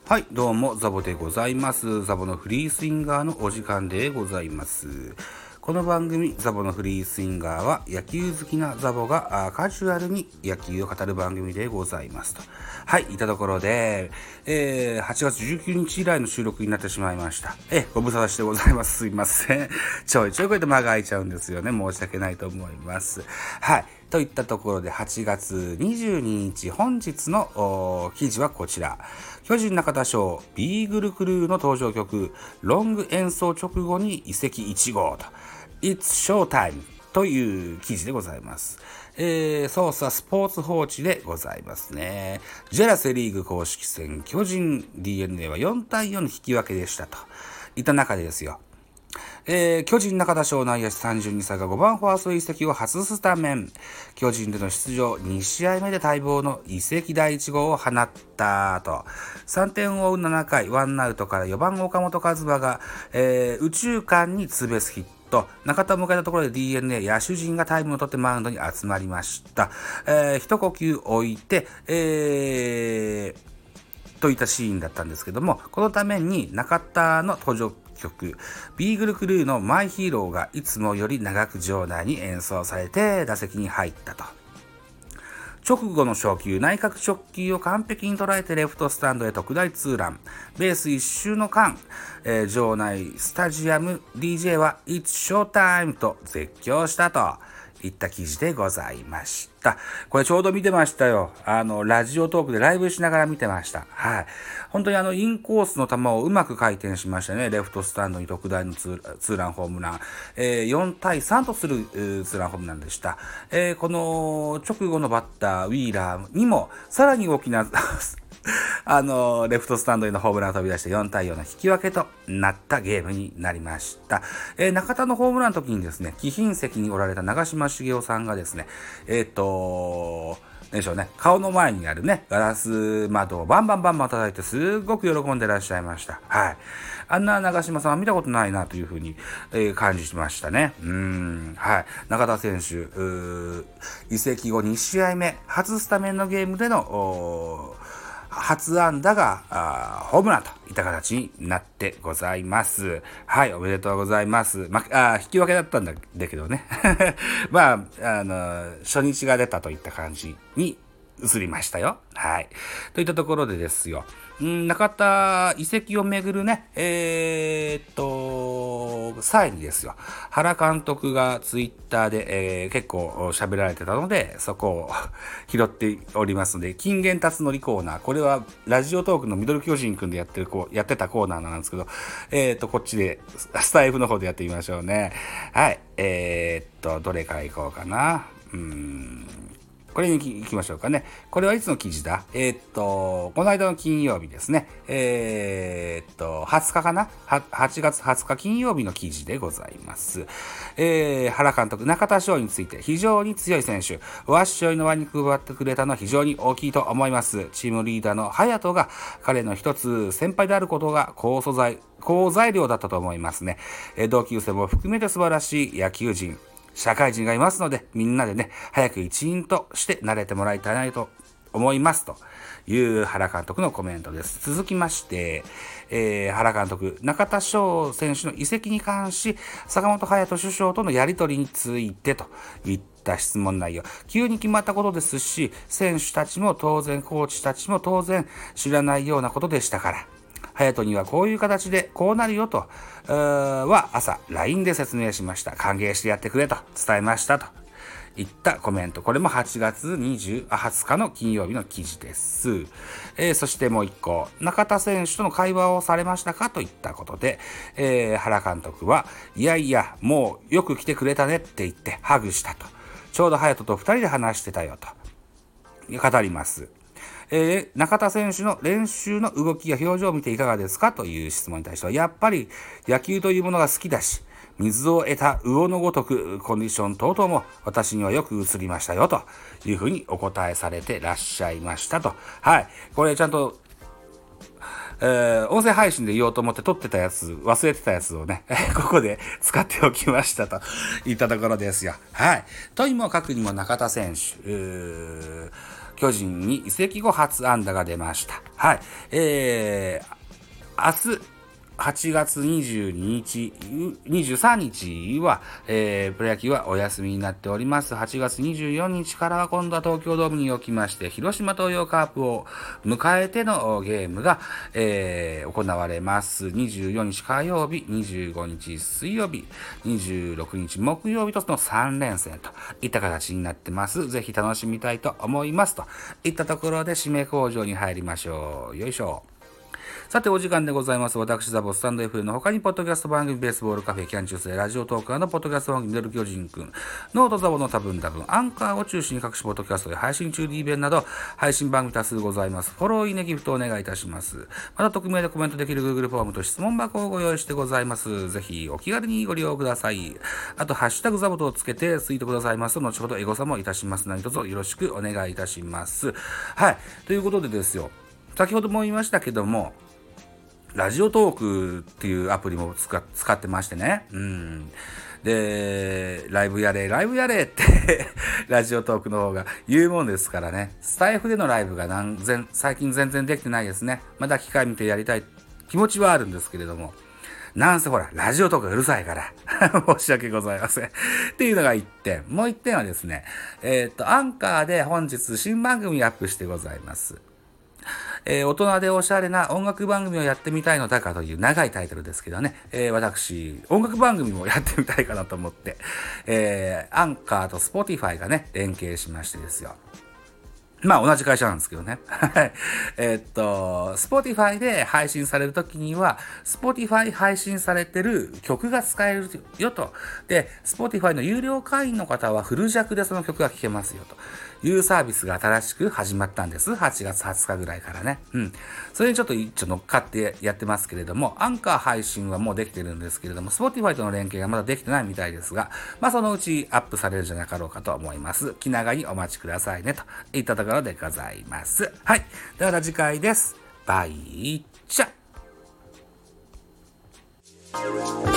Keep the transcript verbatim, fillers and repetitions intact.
はい、どうもザボでございます。ザボのフリースインガーのお時間でございます。この番組ザボのフリースインガーは野球好きなザボがカジュアルに野球を語る番組でございますと。はい、いたところで、えー、はちがつじゅうくにち以来の収録になってしまいました。え、ご無沙汰してございます。すいません。ちょいちょいこうやって間が空いちゃうんですよね。申し訳ないと思います。はい。といったところではちがつにじゅうににち本日の記事はこちら。巨人中田翔ビーグルクルーの登場曲ロング演奏直後に移籍いち号と It's Showtime という記事でございます。えー、ソースはスポーツ報知でございますね。ジェラセリーグ公式戦巨人 ディーエヌエー はよんたいよんの引き分けでしたといった中でですよ。えー、巨人中田翔内野手さんじゅうにさいがごばんファースト移籍を初スタメン。巨人での出場にしあいめで待望の移籍だいいち号を放ったと。さんてんを追うななかい、ワンアウトからよばん岡本和真が、えー、右中間にツーベースヒット。中田を迎えたところで ディーエヌエー 野手陣がタイムを取ってマウンドに集まりました。えー、一呼吸置いて、えー、といったシーンだったんですけども、このために中田の登場曲ビーグルクルーのマイヒーローがいつもより長く場内に演奏されて打席に入ったと。直後の初球、内角直球を完璧に捉えてレフトスタンドへ特大ツーラン。ベース一周の間、えー、場内スタジアム ディージェー は It's Showtime と絶叫したといった記事でございました。これちょうど見てましたよ。あの、ラジオトークでライブしながら見てました。はい。本当にあの、インコースの球をうまく回転しましたね。レフトスタンドに特大のツー、ツーランホームラン。えー、よんたいさんとするツーランホームランでした。えー、この直後のバッター、ウィーラーにもさらに大きなあのレフトスタンドへのホームランを飛び出してよんたいよんの引き分けとなったゲームになりました。えー、中田のホームランの時にですね、貴賓席におられた長嶋茂雄さんがですね、えっと何でしょうね、顔の前にあるねガラス窓をバンバンバンバン叩いてすごく喜んでらっしゃいました。はい。あんな長嶋さんは見たことないなというふうに、えー、感じましたね。うーん、はい。中田選手、移籍後にしあいめ初スタメンのゲームでの初安打がホームランといった形になってございます。はい、おめでとうございます。まあ、引き分けだったんだけどね。まあ、あの、初日が出たといった感じに移りましたよ。はい。といったところでですよ。ん中田移籍をめぐるね、えー、っと、際にですよ。原監督がツイッターで、えー、結構喋られてたので、そこを拾っておりますので、金言辰則コーナー。これはラジオトークのミドル巨人くんでやってるこう、やってたコーナーなんですけど、えー、っと、こっちで、スタイフの方でやってみましょうね。はい。えー、っと、どれからいこうかな。うーん。これに行きましょうかね。これはいつの記事だえー、っと、この間の金曜日ですね。えー、っと、はつかかな ?はちがつはつか金曜日の記事でございます。えー、原監督、中田翔について非常に強い選手。わっしょいの輪に配ってくれたのは非常に大きいと思います。チームリーダーの隼人が彼の一つ先輩であることが好素材、好材料だったと思いますね。えー、同級生も含めて素晴らしい野球人。社会人がいますので、みんなでね、早く一員として慣れてもらいたいなと思いますという原監督のコメントです。続きまして、えー、原監督、中田翔選手の移籍に関し、坂本勇人首相とのやり取りについてといった質問内容。急に決まったことですし、選手たちも当然、コーチたちも当然知らないようなことでしたから。隼人にはこういう形でこうなるよとは朝 ライン で説明しました。歓迎してやってくれと伝えましたといったコメント。これもはちがつはつかの金曜日の記事です。えー、そしてもう一個、中田選手との会話をされましたかといったことで、えー、原監督はいやいやもうよく来てくれたねって言ってハグしたと。ちょうど隼人とふたりで話してたよと語ります。えー、中田選手の練習の動きや表情を見ていかがですかという質問に対しては、やっぱり野球というものが好きだし、水を得た魚のごとくコンディション等々も私にはよく映りましたよというふうにお答えされてらっしゃいましたと。はい。これちゃんと、えー、音声配信で言おうと思って撮ってたやつ、忘れてたやつをね、ここで使っておきましたといったところですよ。はい。とにもかくにも中田選手、 巨人に移籍後初安打が出ました。はい。えー、明日、はちがつにじゅうににち、にじゅうさんにちは、えー、プロ野球はお休みになっております。はちがつにじゅうよっかからは今度は東京ドームにおきまして、広島東洋カープを迎えてのゲームが、えー、行われます。にじゅうよっか火曜日、にじゅうごにち水曜日、にじゅうろくにち木曜日とのさんれんせんといった形になってます。ぜひ楽しみたいと思います。といったところで締め工場に入りましょう。よいしょ。さてお時間でございます。私ザボスタンド エフエム の他にポッドキャスト番組ベースボールカフェキャンチュースでラジオトーカーのポッドキャスト番組ミドル巨人くん、ノートザボの多分多分アンカーを中心に各種ポッドキャストで配信中 D 弁など配信番組多数ございます。フォローいいねギフトお願いいたします。また匿名でコメントできる Google フォームと質問箱をご用意してございます。ぜひお気軽にご利用ください。あとハッシュタグザボとをつけてツイートくださいますと後ほどエゴサもいたします。何卒よろしくお願いいたします。はい、ということでですよ、先ほども言いましたけども、ラジオトークっていうアプリも使使ってましてね。うん。で、ライブやれ、ライブやれってラジオトークの方が言うもんですからね。スタイフでのライブがなん全最近全然できてないですね。まだ機会見てやりたい気持ちはあるんですけれども。なんせほら、ラジオトークがうるさいから。申し訳ございません。っていうのが一点。もう一点はですね、えっと、アンカーで本日新番組アップしてございます。えー、大人でおしゃれな音楽番組をやってみたいのだかという長いタイトルですけどね、えー、私、音楽番組もやってみたいかなと思って、えー、アンカーとスポティファイがね、連携しましてですよ。まあ同じ会社なんですけどね。えっと、Spotify で配信されるときには、Spotify 配信されてる曲が使えるよと。で、Spotify の有料会員の方はフル弱でその曲が聴けますよというサービスが新しく始まったんです。はちがつはつかぐらいからね。うん。それにちょっと一応乗っかってやってますけれども、アンカー配信はもうできてるんですけれども、Spotify との連携がまだできてないみたいですが、まあそのうちアップされるんじゃなかろうかと思います。気長にお待ちくださいねといったところでございます。はい。ではまた次回です。バイチャ。